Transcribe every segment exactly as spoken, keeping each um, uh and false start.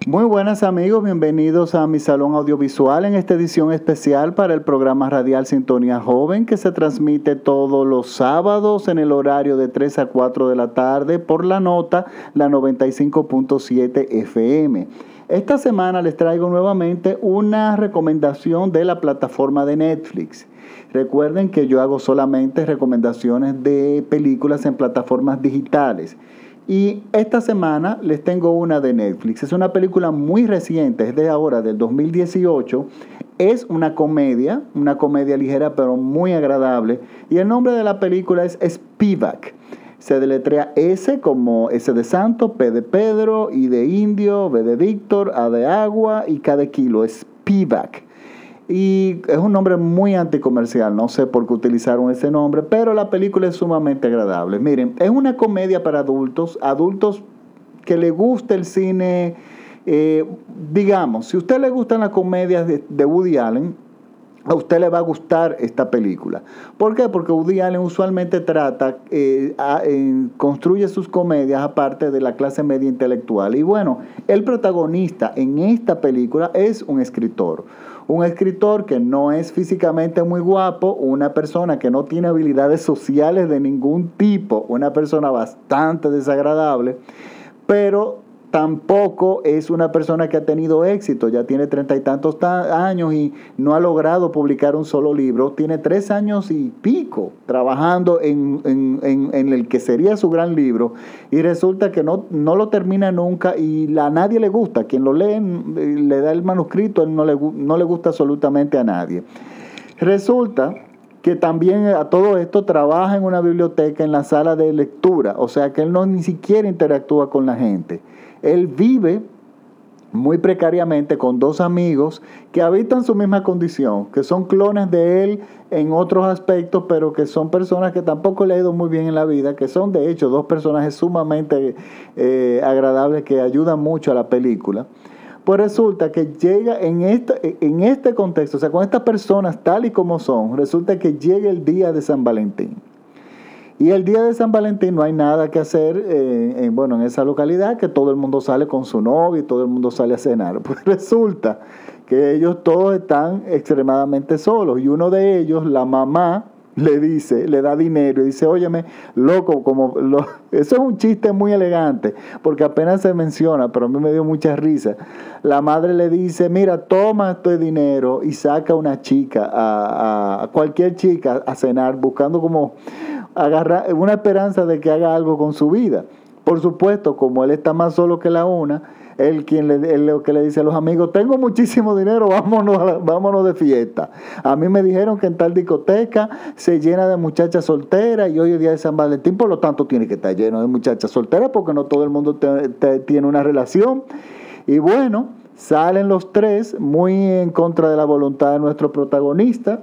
Muy buenas amigos, bienvenidos a mi salón audiovisual en esta edición especial para el programa radial Sintonía Joven que se transmite todos los sábados en el horario de tres a cuatro de la tarde por la nota, la noventa y cinco punto siete F M. Esta semana les traigo nuevamente una recomendación de la plataforma de Netflix. Recuerden que yo hago solamente recomendaciones de películas en plataformas digitales. Y esta semana les tengo una de Netflix. Es una película muy reciente, es de ahora, del dos mil dieciocho. Es una comedia, una comedia ligera pero muy agradable. Y el nombre de la película es Spivak. Se deletrea S como S de santo, P de Pedro, I de indio, V de Víctor, A de agua y K de kilo. Spivak. Y es un nombre muy anticomercial, no sé por qué utilizaron ese nombre, pero la película es sumamente agradable. Miren, es una comedia para adultos, adultos que les gusta el cine, eh, digamos, si a usted le gustan las comedias de, de Woody Allen, a usted le va a gustar esta película. ¿Por qué? Porque Woody Allen usualmente trata, eh, a, eh, construye sus comedias aparte de la clase media intelectual. Y bueno, el protagonista en esta película es un escritor. Un escritor que no es físicamente muy guapo, una persona que no tiene habilidades sociales de ningún tipo, una persona bastante desagradable, pero tampoco es una persona que ha tenido éxito, ya tiene treinta y tantos ta- años y no ha logrado publicar un solo libro, tiene tres años y pico trabajando en, en, en, en el que sería su gran libro y resulta que no, no lo termina nunca y a nadie le gusta, quien lo lee le da el manuscrito, él no le, no le gusta absolutamente a nadie. Resulta que también a todo esto trabaja en una biblioteca en la sala de lectura, o sea que él no ni siquiera interactúa con la gente. Él vive muy precariamente con dos amigos que habitan su misma condición, que son clones de él en otros aspectos, pero que son personas que tampoco le ha ido muy bien en la vida, que son de hecho dos personajes sumamente eh, agradables que ayudan mucho a la película. Pues resulta que llega en este, en este contexto, o sea, con estas personas tal y como son, resulta que llega el día de San Valentín. Y el día de San Valentín no hay nada que hacer, eh, en, bueno, en esa localidad, que todo el mundo sale con su novio y todo el mundo sale a cenar. Pues resulta que ellos todos están extremadamente solos y uno de ellos, la mamá, le dice, le da dinero y dice, óyeme, loco, como lo... eso es un chiste muy elegante, porque apenas se menciona, pero a mí me dio mucha risa. La madre le dice, mira, toma este dinero y saca una chica, a, a, a cualquier chica a cenar, buscando como agarrar una esperanza de que haga algo con su vida. Por supuesto, como él está más solo que la una, él quien le, él lo que le dice a los amigos, tengo muchísimo dinero, vámonos, vámonos de fiesta. A mí me dijeron que en tal discoteca se llena de muchachas solteras y hoy es día de San Valentín, por lo tanto tiene que estar lleno de muchachas solteras porque no todo el mundo te, te, tiene una relación. Y bueno, salen los tres muy en contra de la voluntad de nuestro protagonista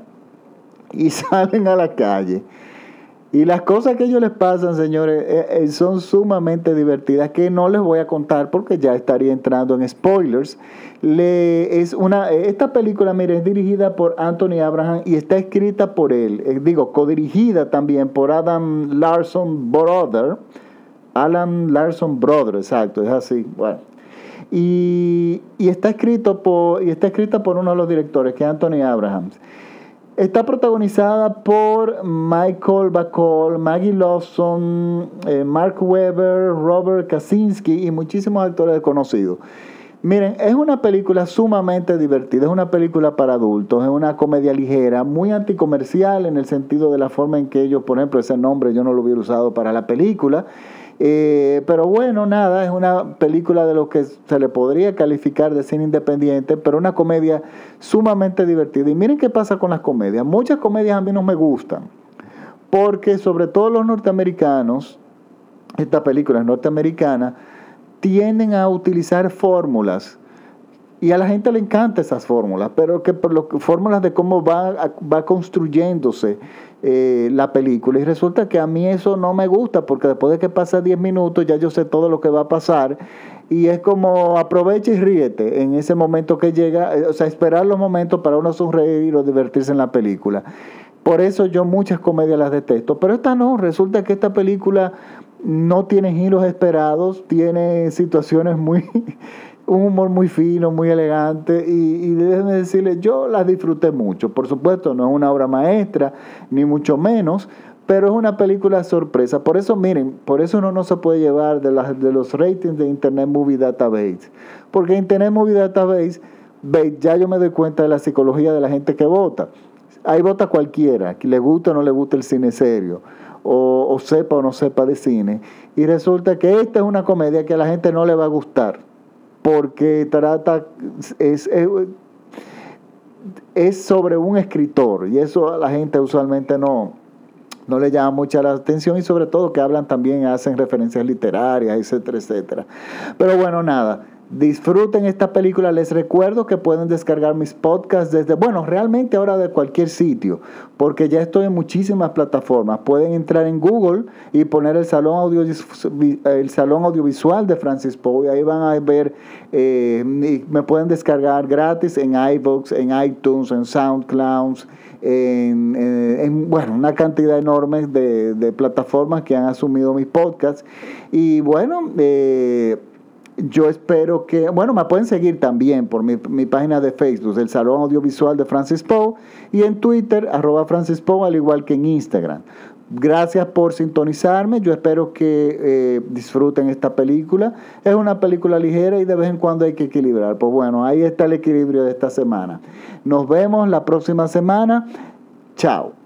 y salen a la calle. Y las cosas que a ellos les pasan, señores, eh, son sumamente divertidas, que no les voy a contar porque ya estaría entrando en spoilers. Le, es una, esta película, mire, es dirigida por Anthony Abraham y está escrita por él. Eh, digo, codirigida también por Adam Larson Brother. Alan Larson Brother, exacto, es así. Bueno. Y, y, está escrito por, y está escrita por uno de los directores, que es Anthony Abraham. Está protagonizada por Michael Bacall, Maggie Lawson, eh, Mark Webber, Robert Kaczynski y muchísimos actores conocidos. Miren, es una película sumamente divertida, es una película para adultos, es una comedia ligera, muy anticomercial en el sentido de la forma en que ellos, por ejemplo, ese nombre yo no lo hubiera usado para la película. Eh, pero bueno, nada, es una película de lo que se le podría calificar de cine independiente, pero una comedia sumamente divertida. Y miren qué pasa con las comedias. Muchas comedias a mí no me gustan, porque sobre todo los norteamericanos, estas películas norteamericanas, tienden a utilizar fórmulas. Y a la gente le encantan esas fórmulas, pero que por lo, fórmulas de cómo va, va construyéndose eh, la película. Y resulta que a mí eso no me gusta, porque después de que pasa diez minutos ya yo sé todo lo que va a pasar. Y es como aprovecha y ríete en ese momento que llega, o sea, esperar los momentos para uno sonreír o divertirse en la película. Por eso yo muchas comedias las detesto, pero esta no, resulta que esta película no tiene giros esperados, tiene situaciones muy... un humor muy fino, muy elegante, y, y déjenme decirles, yo la disfruté mucho. Por supuesto, no es una obra maestra, ni mucho menos, pero es una película sorpresa. Por eso, miren, por eso uno no se puede llevar de, las, de los ratings de Internet Movie Database. Porque Internet Movie Database, ve, ya yo me doy cuenta de la psicología de la gente que vota. Ahí vota cualquiera, que le guste o no le guste el cine serio, o, o sepa o no sepa de cine. Y resulta que esta es una comedia que a la gente no le va a gustar, porque trata, es, es, es sobre un escritor, y eso a la gente usualmente no, no le llama mucha la atención, y sobre todo que hablan también, hacen referencias literarias, etcétera, etcétera. Pero bueno, nada. Disfruten esta película. Les recuerdo que pueden descargar mis podcasts desde, bueno, realmente ahora de cualquier sitio, porque ya estoy en muchísimas plataformas. Pueden entrar en Google y poner el Salón, Audio, el Salón Audiovisual de Francis Poe, y ahí van a ver, eh, me pueden descargar gratis en iVoox, en iTunes, en SoundCloud, en, en, en bueno, una cantidad enorme de, de plataformas que han asumido mis podcasts. Y bueno, eh, yo espero que, bueno, me pueden seguir también por mi, mi página de Facebook, el Salón Audiovisual de Francis Poe, y en Twitter, arroba Francis Poe, al igual que en Instagram. Gracias por sintonizarme. Yo espero que eh, disfruten esta película. Es una película ligera y de vez en cuando hay que equilibrar. Pues bueno, ahí está el equilibrio de esta semana. Nos vemos la próxima semana. Chao.